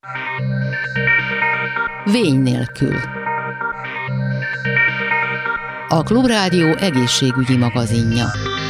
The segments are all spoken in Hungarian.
Vény nélkül. A Klubrádió egészségügyi magazinja.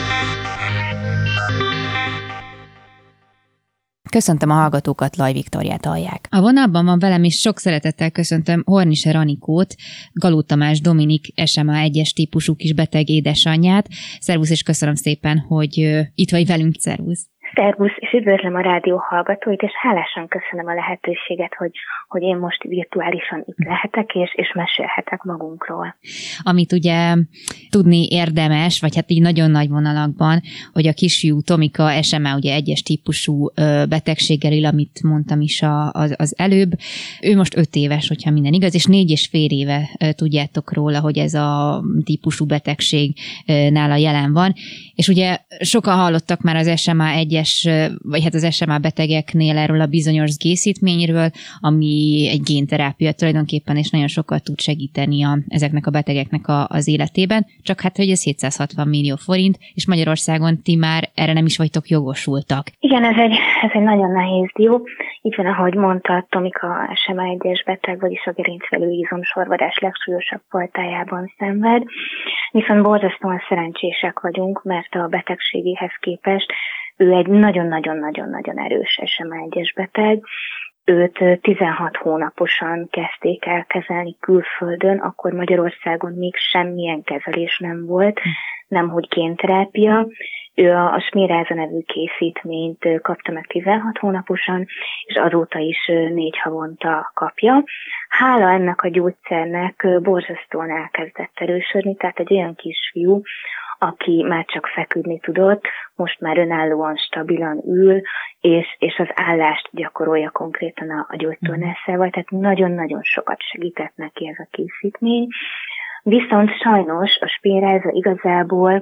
Köszöntöm a hallgatókat, Laj Viktóriát hallják. A vonalban van velem, és sok szeretettel köszöntöm Hornischer Anikót, Galó Tamás Dominik SMA 1-es típusú kis beteg édesanyját. Szervusz, és köszönöm szépen, hogy itt vagy velünk. Szervusz! Szervusz, és üdvözlöm a rádió hallgatóit, és hálásan köszönöm a lehetőséget, hogy én most virtuálisan itt lehetek, és mesélhetek magunkról. Amit ugye tudni érdemes, vagy hát így nagyon nagy vonalakban, hogy a kisfiú Tomika SMA ugye 1-es típusú betegséggel él, amit mondtam is az előbb. Ő most 5 éves, hogyha minden igaz, és 4,5 éve tudjátok róla, hogy ez a típusú betegség nála jelen van. És ugye sokan hallottak már az SMA 1-es, vagy hát az SMA betegeknél erről a bizonyos gészítményről, ami egy génterápia tulajdonképpen, és nagyon sokat tud segíteni ezeknek a betegeknek az életében, csak hát, hogy ez 760 millió forint, és Magyarországon ti már erre nem is vagytok jogosultak. Igen, ez egy nagyon nehéz dió. Így van, ahogy mondta, Tomika SMA 1-es beteg, vagyis a gerincvelő izomsorvadás legsúlyosabb fajtájában szenved, viszont borzasztóan szerencsések vagyunk, mert a betegségéhez képest ő egy nagyon-nagyon-nagyon-nagyon erős SMA 1-es beteg. Őt 16 hónaposan kezdték el kezelni külföldön, akkor Magyarországon még semmilyen kezelés nem volt, nemhogy génterápia. Ő a Spinraza nevű készítményt kapta meg 16 hónaposan, és azóta is 4 havonta kapja. Hála ennek a gyógyszernek borzasztóan elkezdett erősödni, tehát egy olyan kisfiú, aki már csak feküdni tudott, most már önállóan, stabilan ül, és az állást gyakorolja konkrétan a gyógytornászával, tehát nagyon-nagyon sokat segített neki ez a készítmény. Viszont sajnos a Spinraza igazából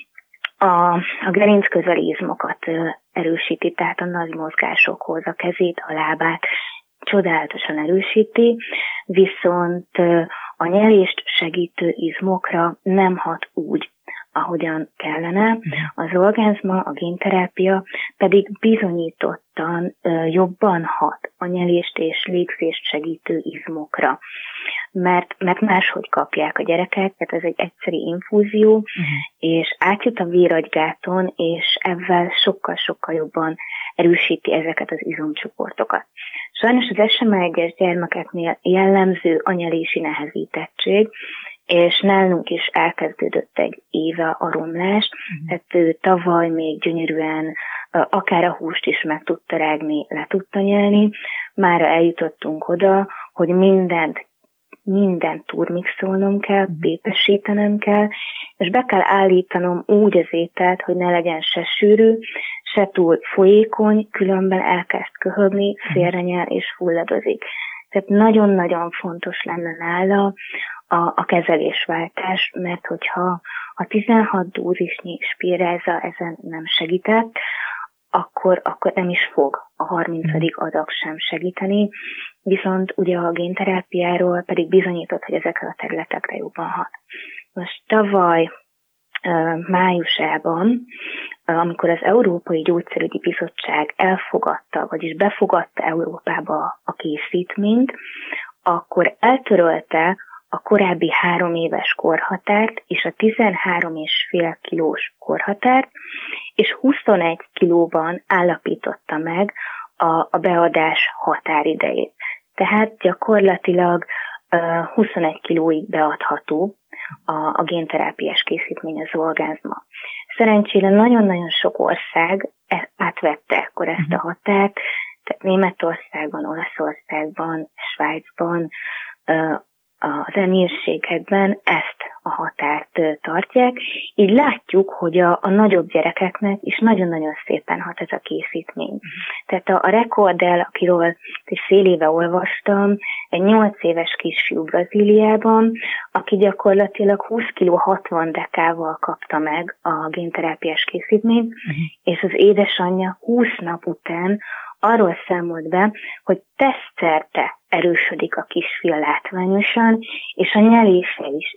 a gerincközeli izmokat erősíti, tehát a nagy mozgásokhoz a kezét, a lábát csodálatosan erősíti, viszont a nyelést segítő izmokra nem hat úgy, ahogyan kellene. Az orgánzma, a génterápia pedig bizonyítottan jobban hat a nyelést és légzést segítő izmokra. Mert máshogy kapják a gyerekek, tehát ez egy egyszeri infúzió, és átjut a véragygáton, és ezzel sokkal-sokkal jobban erősíti ezeket az izomcsoportokat. Sajnos az SMA 1-es gyermekeknél jellemző a nyelési nehezítettség, és nálunk is elkezdődött egy éve a romlás, tehát tavaly még gyönyörűen akár a húst is meg tudta rágni, le tudta nyelni, mára eljutottunk oda, hogy mindent turmixolnom kell, pépesítenem kell, és be kell állítanom úgy az ételt, hogy ne legyen se sűrű, se túl folyékony, különben elkezd köhögni, félrenyel és fulladozik. Tehát nagyon-nagyon fontos lenne nála a kezelésváltás, mert hogyha a 16 dózisnyi Spinraza ezen nem segített, akkor nem is fog a 30. adag sem segíteni, viszont ugye a génterápiáról pedig bizonyított, hogy ezekre a területekre jobban hat. Most tavaly májusában, amikor az Európai Gyógyszerügyi Bizottság elfogadta, vagyis befogadta Európába a készítményt, akkor eltörölte a korábbi 3 éves korhatárt és a 13,5 kilós korhatárt, és 21 kilóban állapította meg a beadás határidejét. Tehát gyakorlatilag 21 kilóig beadható a génterápiás készítmény, az orgánzma. Szerencsére nagyon-nagyon sok ország átvette ekkor ezt a határt, tehát Németországban, Olaszországban, Svájcban, az emírségekben ezt a határt tartják. Így látjuk, hogy a nagyobb gyerekeknek is nagyon-nagyon szépen hat ez a készítmény. Tehát a rekordel, akiről egy fél éve olvastam, egy 8 éves kisfiú Brazíliában, aki gyakorlatilag 20 kg 60 dekával kapta meg a génterápiás készítményt, és az édesanyja 20 nap után arról számolt be, hogy tesztszerte erősödik a kisfia látványosan, és a nyelése is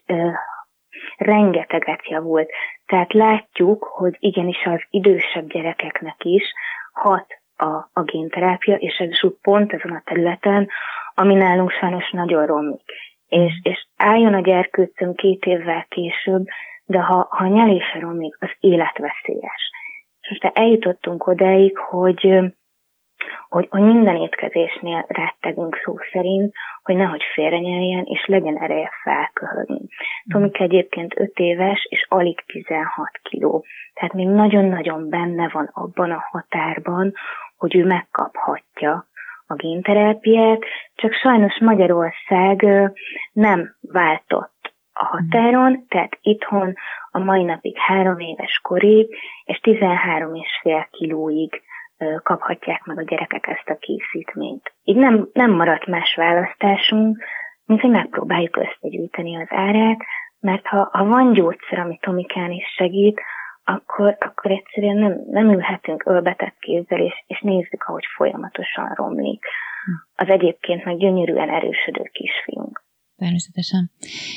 rengeteget javult. Tehát látjuk, hogy igenis az idősebb gyerekeknek is hat a génterápia, és ez is pont azon a területen, ami nálunk sajnos nagyon romlik. És álljon a gyerkőcöm 2 évvel később, de ha a nyelése romlik, az életveszélyes. És most eljutottunk odáig, hogy minden étkezésnél rettegünk szó szerint, hogy nehogy félrenyeljen, és legyen ereje felköhögni. Tomika egyébként 5 éves, és alig 16 kiló. Tehát még nagyon-nagyon benne van abban a határban, hogy ő megkaphatja a génterápiát, csak sajnos Magyarország nem váltott a határon, tehát itthon a mai napig 3 éves korig, és 13,5 kilóig kaphatják meg a gyerekek ezt a készítményt. Így nem maradt más választásunk, mint hogy megpróbáljuk összegyűjteni az árát, mert ha van gyógyszer, ami Tomikán is segít, akkor egyszerűen nem ülhetünk ölbetett kézzel, és nézzük, ahogy folyamatosan romlik az egyébként meg gyönyörűen erősödő kisfiunk. Természetesen.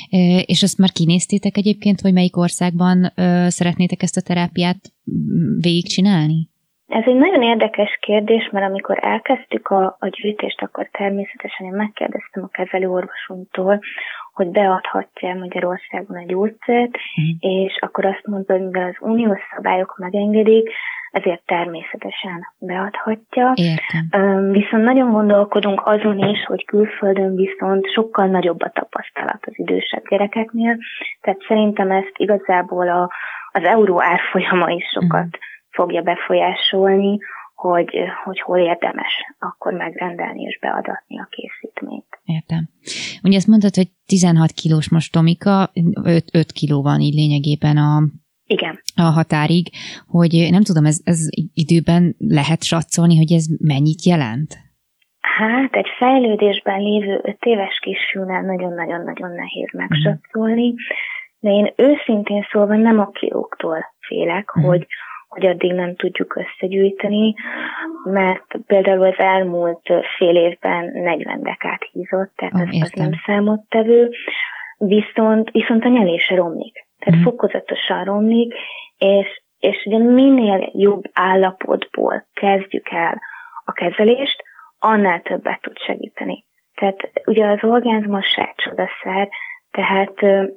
És azt már kinéztétek egyébként, hogy melyik országban szeretnétek ezt a terápiát végigcsinálni? Ez egy nagyon érdekes kérdés, mert amikor elkezdtük a gyűjtést, akkor természetesen én megkérdeztem a kezelőorvosunktól, hogy beadhatja Magyarországon a gyógyszert, és akkor azt mondta, hogy mivel az uniós szabályok megengedik, ezért természetesen beadhatja. Értem. Viszont nagyon gondolkodunk azon is, hogy külföldön viszont sokkal nagyobb a tapasztalat az idősebb gyerekeknél, tehát szerintem ezt igazából az euró árfolyama is sokat fogja befolyásolni, hogy hol érdemes akkor megrendelni és beadatni a készítményt. Értem. Ugye azt mondtad, hogy 16 kilós most Tomika, 5 kiló van így lényegében igen. A határig, hogy nem tudom, ez időben lehet satszolni, hogy ez mennyit jelent? Hát egy fejlődésben lévő 5 éves kisfiúnál nagyon-nagyon-nagyon nehéz megsatszolni, de én őszintén szólva nem a kilóktól félek, hogy addig nem tudjuk összegyűjteni, mert például az elmúlt fél évben 40 dekát hízott, tehát az nem számottevő, viszont a nyelése romlik. Tehát fokozatosan romlik, és ugye minél jobb állapotból kezdjük el a kezelést, annál többet tud segíteni. Tehát ugye az orgánzum se csodaszer, tehát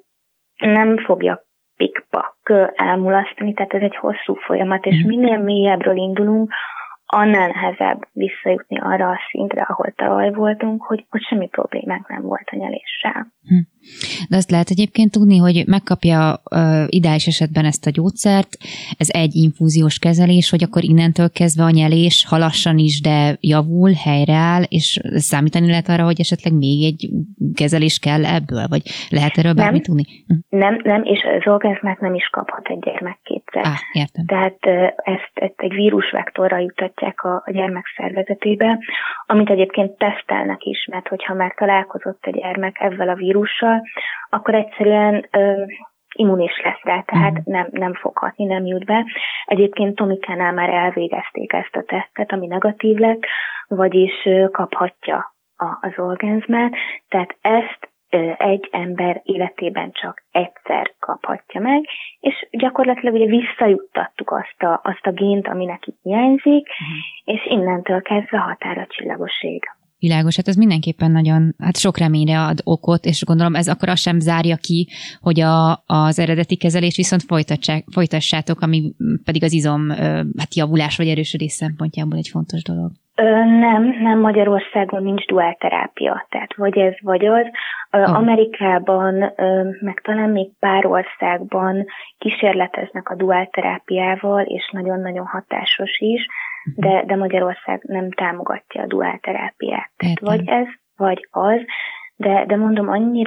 nem fogja pikpak elmulasztani, tehát ez egy hosszú folyamat, és minél mélyebbről indulunk, annál nehezebb visszajutni arra a szintre, ahol tavaly voltunk, hogy semmi problémák nem volt a nyeléssel. De azt lehet egyébként tudni, hogy megkapja ideális esetben ezt a gyógyszert, ez egy infúziós kezelés, hogy akkor innentől kezdve a nyelés, ha lassan is, de javul, helyreáll, és számítani lehet arra, hogy esetleg még egy kezelés kell ebből, vagy lehet erről bármit tudni? Nem, és az orgánzmát nem is kaphat egy gyermek kétszer. Értem. Tehát ezt egy vírusvektorra jutatják a gyermek szervezetébe, amit egyébként tesztelnek is, mert hogyha már találkozott a gyermek ezzel a vírussal, akkor egyszerűen immunis lesz rá, tehát nem fog hatni, nem jut be. Egyébként Tomikánál már elvégezték ezt a tesztet, ami negatív lett, vagyis kaphatja az orgánzmát, tehát ezt egy ember életében csak egyszer kaphatja meg, és gyakorlatilag ugye visszajuttattuk azt a gént, ami neki hiányzik, és innentől kezdve határa csillagoség. Világos, hát ez mindenképpen nagyon, sok reményre ad okot, és gondolom ez akkor azt sem zárja ki, hogy az eredeti kezelést viszont folytassátok, ami pedig az izom javulás vagy erősödés szempontjából egy fontos dolog. Nem, Magyarországon nincs duálterápia, tehát vagy ez, vagy az. Amerikában, meg talán még pár országban kísérleteznek a duálterápiával, és nagyon-nagyon hatásos is, de Magyarország nem támogatja a duálterápiát. Tehát vagy ez, vagy az, de mondom,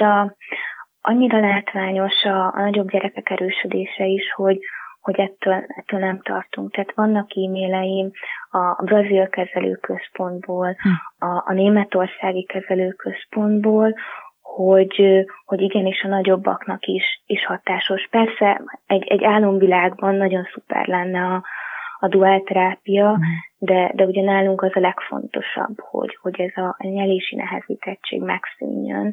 annyira látványos a nagyobb gyerekek erősödése is, hogy ettől nem tartunk. Tehát vannak e-maileim a brazil kezelőközpontból, a németországi kezelőközpontból, hogy igenis a nagyobbaknak is hatásos. Persze egy álomvilágban nagyon szuper lenne a duálterápia, de ugye nálunk az a legfontosabb, hogy ez a nyelési nehezítettség megszűnjön,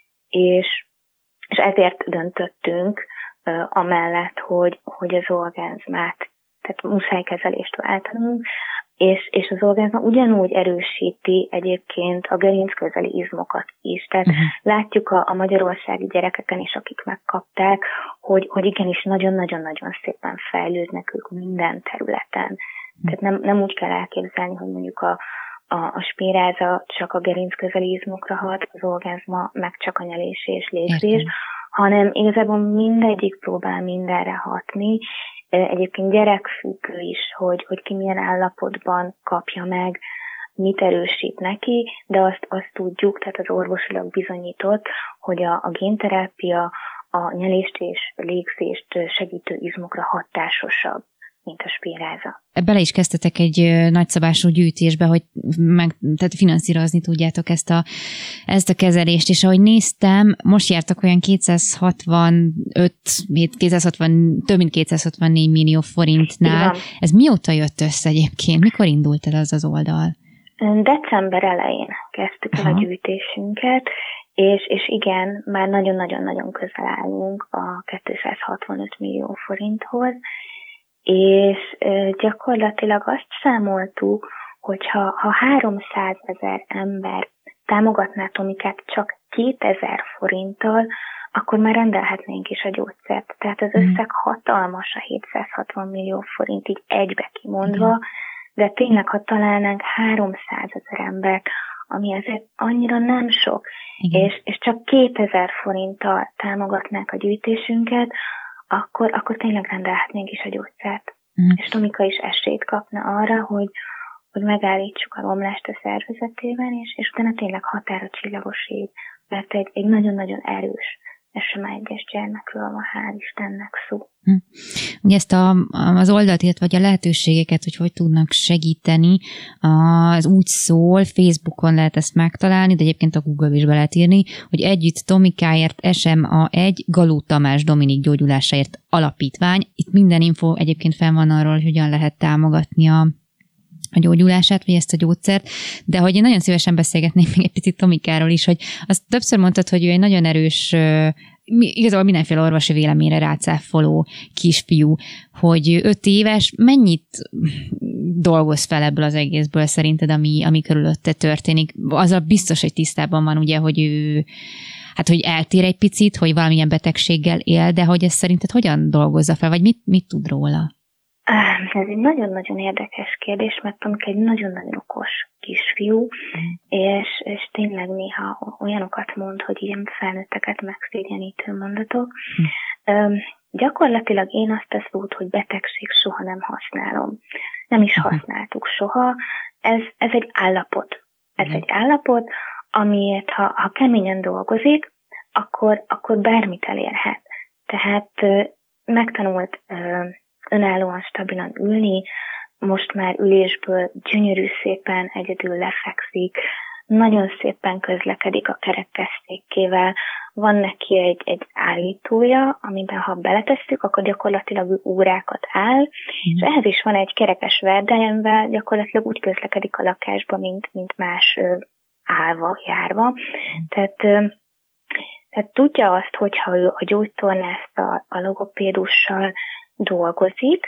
és ezért döntöttünk amellett, hogy az orgánzmát, tehát muszáj kezelést váltanunk, és az orgázma ugyanúgy erősíti egyébként a gerincközeli izmokat is. Tehát látjuk a magyarországi gyerekeken is, akik megkapták, hogy igenis nagyon-nagyon-nagyon szépen fejlődnek ők minden területen. Tehát nem úgy kell elképzelni, hogy mondjuk a spéráza csak a gerincközeli izmokra hat, az orgázma meg csak a nyelés és légzés, hanem igazából mindegyik próbál mindenre hatni. Egyébként gyerekfüggő is, hogy ki milyen állapotban kapja meg, mit erősít neki, de azt tudjuk, tehát az orvosilag bizonyított, hogy a génterápia a nyelést és légzést segítő izmokra hatásosabb, mint a spéráza. Bele is kezdtetek egy nagyszabású gyűjtésbe, hogy tehát finanszírozni tudjátok ezt a kezelést, és ahogy néztem, most jártak olyan több mint 264 millió forintnál. Igen. Ez mióta jött össze egyébként? Mikor indult el az oldal? December elején kezdtük el a gyűjtésünket, és igen, már nagyon-nagyon-nagyon közel állunk a 265 millió forinthoz, és gyakorlatilag azt számoltuk, hogy ha 300 000 ember támogatná Tomikát csak 2000 forinttal, akkor már rendelhetnénk is a gyógyszert. Tehát az összeg hatalmas, a 760 millió forint így egybe kimondva, de tényleg, ha találnánk 300 000 embert, ami azért annyira nem sok, és csak 2000 forinttal támogatnák a gyűjtésünket, akkor tényleg rendelhetnénk is a gyógyszert. És Tomika is esélyt kapna arra, hogy megállítsuk a romlást a szervezetében, és utána tényleg határa csillagos ég, mert egy nagyon-nagyon erős SMA1-es gyermekről van, hál' Istennek szó. Ugye ezt az oldalt, illetve a lehetőségeket, hogy tudnak segíteni, az úgy szól, Facebookon lehet ezt megtalálni, de egyébként a Google is be lehet írni, hogy Együtt Tomikáért SMA1 Galó Tamás Dominik gyógyulásáért alapítvány. Itt minden info egyébként fenn van arról, hogy hogyan lehet támogatni a gyógyulását, vagy ezt a gyógyszert, de hogy én nagyon szívesen beszélgetnék még egy picit Tomikáról is, hogy azt többször mondtad, hogy ő egy nagyon erős, igazából mindenféle orvosi véleményre rácáfoló kisfiú, hogy 5 éves, mennyit dolgoz fel ebből az egészből szerinted, ami körülötte történik? Azzal biztos, hogy tisztában van, ugye, hogy ő hogy eltér egy picit, hogy valamilyen betegséggel él, de hogy ez szerinted hogyan dolgozza fel, vagy mit tud róla? Ez egy nagyon-nagyon érdekes kérdés, mert Tomika egy nagyon-nagyon okos kisfiú, és tényleg néha olyanokat mond, hogy ilyen felnőtteket megszégyenítő mondatok. Gyakorlatilag én azt a szót, hogy betegség soha nem használom. Nem is használtuk soha. Ez egy állapot. Ez egy állapot, amiért ha keményen dolgozik, akkor bármit elérhet. Tehát megtanult önállóan, stabilan ülni, most már ülésből gyönyörű szépen egyedül lefekszik, nagyon szépen közlekedik a kerekesszékével, van neki egy állítója, amiben ha beletesszük, akkor gyakorlatilag ő órákat áll, és ehhez is van egy kerekes verdály, amivel gyakorlatilag úgy közlekedik a lakásba, mint más állva, járva. Tehát tudja azt, hogyha ő a gyógytornásszal, a logopédussal dolgozik,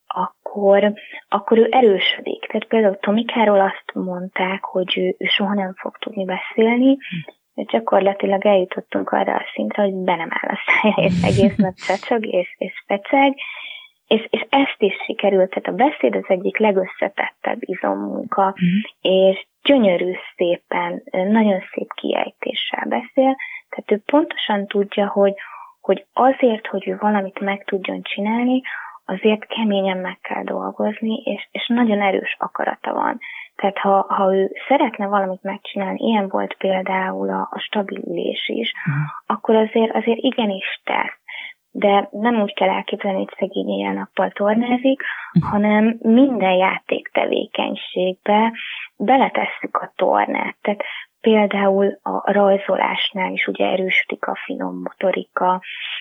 akkor ő erősödik. Tehát például Tomikáról azt mondták, hogy ő soha nem fog tudni beszélni, de gyakorlatilag eljutottunk arra a szintre, hogy be nem áll a szája, és egész nap csacsog és feceg, és ezt is sikerült, tehát a beszéd az egyik legösszetettebb izommunka, és gyönyörű szépen, nagyon szép kiejtéssel beszél, tehát ő pontosan tudja, hogy azért, hogy ő valamit meg tudjon csinálni, azért keményen meg kell dolgozni, és nagyon erős akarata van. Tehát ha ő szeretne valamit megcsinálni, ilyen volt például a stabil ülés is, akkor azért igenis tesz. De nem úgy kell elképzelni, hogy szegény éjjel-nappal tornázik, hanem minden játéktevékenységbe beletesszük a tornát. Tehát például a rajzolásnál is ugye erősödik a finom motorika.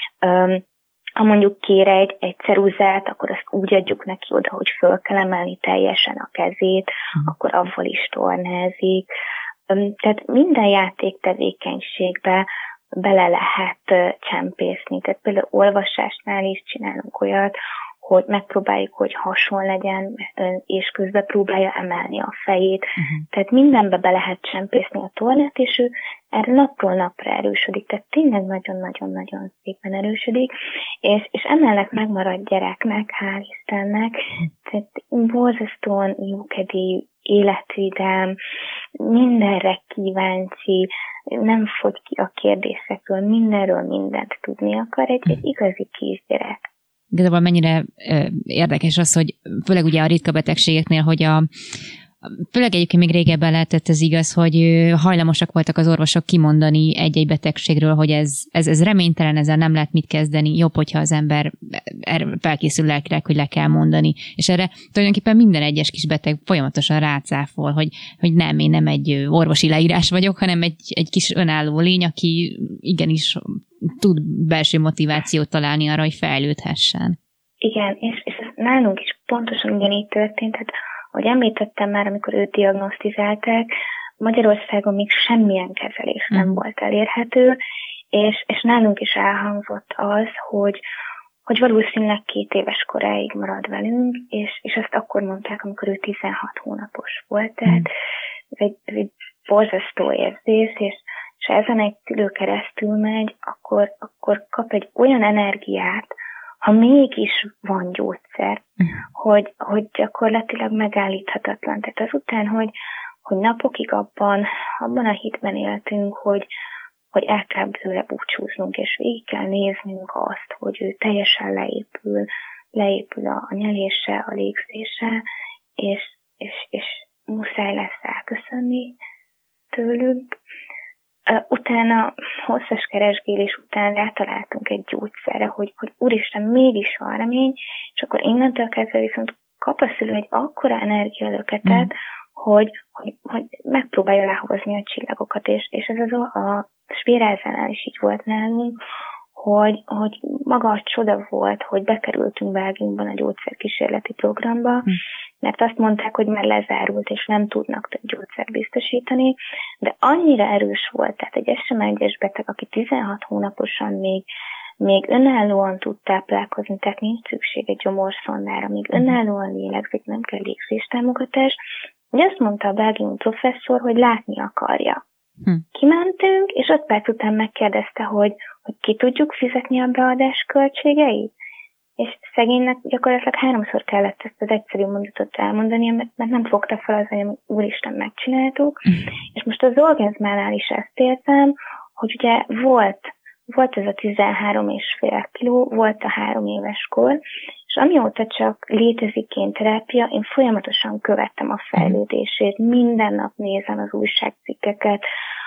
Ha mondjuk kér egy ceruzát, akkor azt úgy adjuk neki oda, hogy föl kell emelni teljesen a kezét, akkor avval is tornázik. Tehát minden játéktevékenységbe bele lehet csempészni. Tehát például olvasásnál is csinálunk olyat, hogy megpróbáljuk, hogy hason legyen, és közben próbálja emelni a fejét. Tehát mindenbe be lehet csempészni a tornát, és ő erre napról napra erősödik. Tehát tényleg nagyon-nagyon-nagyon szépen erősödik, és emellett megmaradt gyereknek, hál' Istennek, tehát borzasztóan jókedélyű, életvidám, mindenre kíváncsi, nem fogy ki a kérdésekről, mindenről mindent tudni akar, egy igazi kisgyerek. Igazából mennyire érdekes az, hogy főleg ugye a ritka betegségeknél, hogy főleg egyébként még régebben lehetett ez igaz, hogy hajlamosak voltak az orvosok kimondani egy-egy betegségről, hogy ez reménytelen, ezzel nem lehet mit kezdeni, jobb, hogyha az ember felkészül lelkileg, hogy le kell mondani. És erre tulajdonképpen minden egyes kis beteg folyamatosan rácáfol, hogy nem, én nem egy orvosi leírás vagyok, hanem egy kis önálló lény, aki igenis tud belső motivációt találni arra, hogy fejlődhessen. Igen, és ez nálunk is pontosan ugyanígy történt, hát ahogy említettem már, amikor őt diagnosztizálták, Magyarországon még semmilyen kezelés nem volt elérhető, és nálunk is elhangzott az, hogy valószínűleg 2 éves koráig marad velünk, és azt akkor mondták, amikor ő 16 hónapos volt. Tehát ez egy borzasztó érzés, és ezen egy szülő keresztül megy, akkor kap egy olyan energiát, ha mégis van gyógyszer, hogy gyakorlatilag megállíthatatlan. Tehát azután, hogy napokig abban a hitben éltünk, hogy el kell tőle búcsúznunk, és végig kell néznünk azt, hogy ő teljesen leépül a nyelése, a légzése, és muszáj lesz elköszönni tőlük. Utána hosszas keresgélés után rátaláltunk egy gyógyszerre, hogy úristen, mégis van remény, és akkor innentől kezdve viszont kap a szülő egy akkora energialöketet, hogy megpróbálja lehozni a csillagokat, és ez a Spirázánál is így volt nálunk, hogy maga a csoda volt, hogy bekerültünk Belgiumban a gyógyszerkísérleti programba, mert azt mondták, hogy már lezárult, és nem tudnak több gyógyszert biztosítani, de annyira erős volt, tehát egy SMA-1-es beteg, aki 16 hónaposan még önállóan tud táplálkozni, tehát nincs szükség egy gyomorszondára, még önállóan lélegzik, nem kell légzéstámogatás, hogy azt mondta a belgium professzor, hogy látni akarja. Kimentünk, és 5 perc után megkérdezte, hogy ki tudjuk fizetni a beadás költségeit, és szegénynek gyakorlatilag 3-szor kellett ezt az egyszerű mondatot elmondani, mert nem fogta fel az, hogy úristen, megcsináltuk. És most az orgazmánál is ezt értem, hogy ugye volt ez a 13,5 kiló, volt a 3 éves kor, és amióta csak létezik génterápia, én folyamatosan követtem a fejlődését, minden nap nézem az újságcikkeket,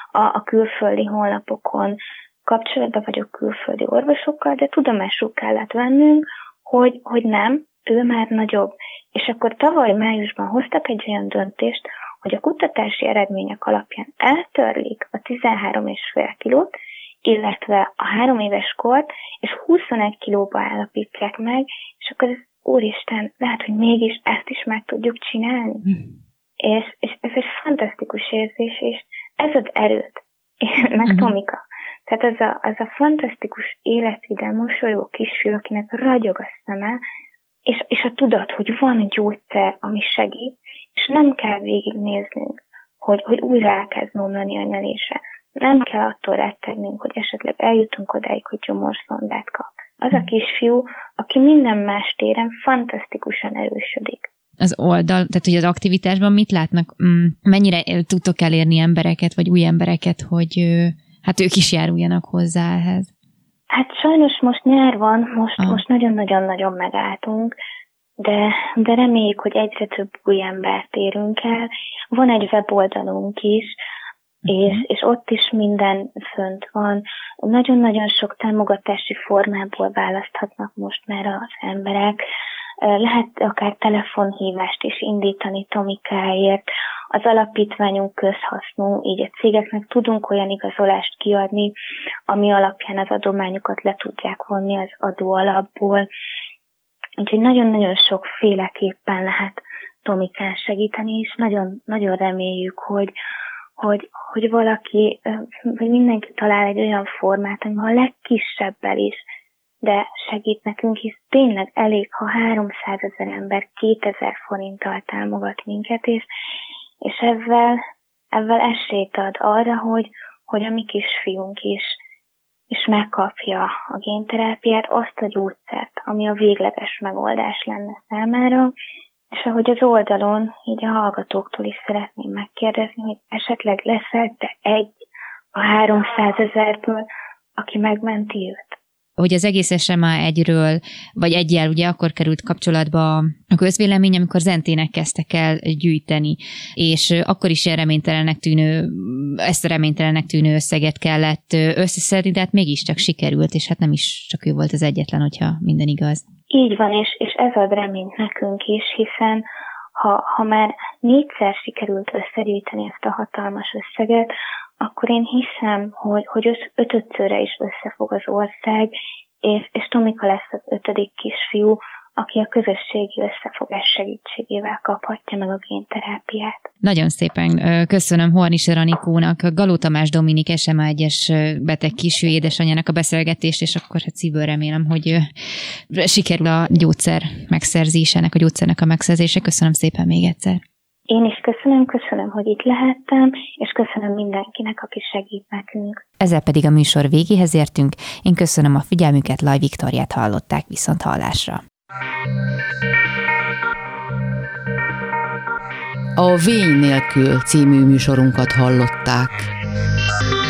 a külföldi honlapokon, kapcsolatban vagyok külföldi orvosokkal, de tudomásul kellett vennünk, hogy nem, ő már nagyobb. És akkor tavaly májusban hoztak egy olyan döntést, hogy a kutatási eredmények alapján eltörlik a 13,5 kilót, illetve a 3 éves kort, és 21 kilóba állapítják meg, és akkor ez, úristen, lehet, hogy mégis ezt is meg tudjuk csinálni. És ez egy fantasztikus érzés, és ez ad erőt. Meg Tomika. Tehát az a fantasztikus életvidám, mosolyogó kisfiú, akinek ragyog a szeme, és a tudat, hogy van gyógyszer, ami segít, és nem kell végignéznünk, hogy újra elkezd omlani a nyelése. Nem kell attól rettegnünk, hogy esetleg eljutunk odáig, hogy gyomorszondát kap. Az a kisfiú, aki minden más téren fantasztikusan erősödik. Az oldal, tehát hogy az aktivitásban mit látnak? Mennyire tudtok elérni embereket, vagy új embereket, hogy hát ők is járuljanak hozzá ehhez? Hát sajnos most nyár van, most nagyon-nagyon-nagyon megálltunk, de reméljük, hogy egyre több új embert érünk el. Van egy weboldalunk is, és ott is minden fönt van. Nagyon-nagyon sok támogatási formából választhatnak most már az emberek. Lehet akár telefonhívást is indítani Tomikáért. Az alapítványunk közhasznú, így a cégeknek tudunk olyan igazolást kiadni, ami alapján az adományukat le tudják vonni az adóalapból. Úgyhogy nagyon-nagyon sokféleképpen lehet Tomikán segíteni, és nagyon, nagyon reméljük, hogy valaki, vagy mindenki talál egy olyan formát, ami a legkisebbel is de segít nekünk, hisz tényleg elég, ha 300 000 ember 2000 forinttal támogat minket, és ezzel esélyt ad arra, hogy a mi kisfiunk is megkapja a génterápiát, azt a gyógyszert, ami a végleges megoldás lenne számára, és ahogy az oldalon, így a hallgatóktól is szeretném megkérdezni, hogy esetleg leszel te egy a 300 000-ből, aki megmenti őt. Hogy az egész SMA egyről, vagy egyel ugye akkor került kapcsolatba a közvélemény, amikor Zentének kezdtek el gyűjteni, és akkor is ezt a reménytelennek tűnő összeget kellett összeszedni, de hát mégiscsak sikerült, és hát nem is csak ő volt az egyetlen, hogyha minden igaz. Így van, és ez ad reményt nekünk is, hiszen ha már 4-szer sikerült összegyűjteni ezt a hatalmas összeget, akkor én hiszem, hogy 5-szörre is összefog az ország, és Tomika lesz az 5. kisfiú, aki a közösségi összefogás segítségével kaphatja meg a génterápiát. Nagyon szépen köszönöm Hornischer Anikónak, Galó Tamás Dominik SMA 1-es beteg kisfiú édesanyjának a beszélgetést, és akkor hát szívből remélem, hogy sikerül a gyógyszer megszerzésének, a gyógyszernek a megszerzése. Köszönöm szépen még egyszer. Én is köszönöm, hogy itt lehettem, és köszönöm mindenkinek, aki segít nekünk. Ezzel pedig a műsor végéhez értünk. Én köszönöm a figyelmüket, Laj Viktóriát hallották, viszont hallásra. A Vény nélkül című műsorunkat hallották.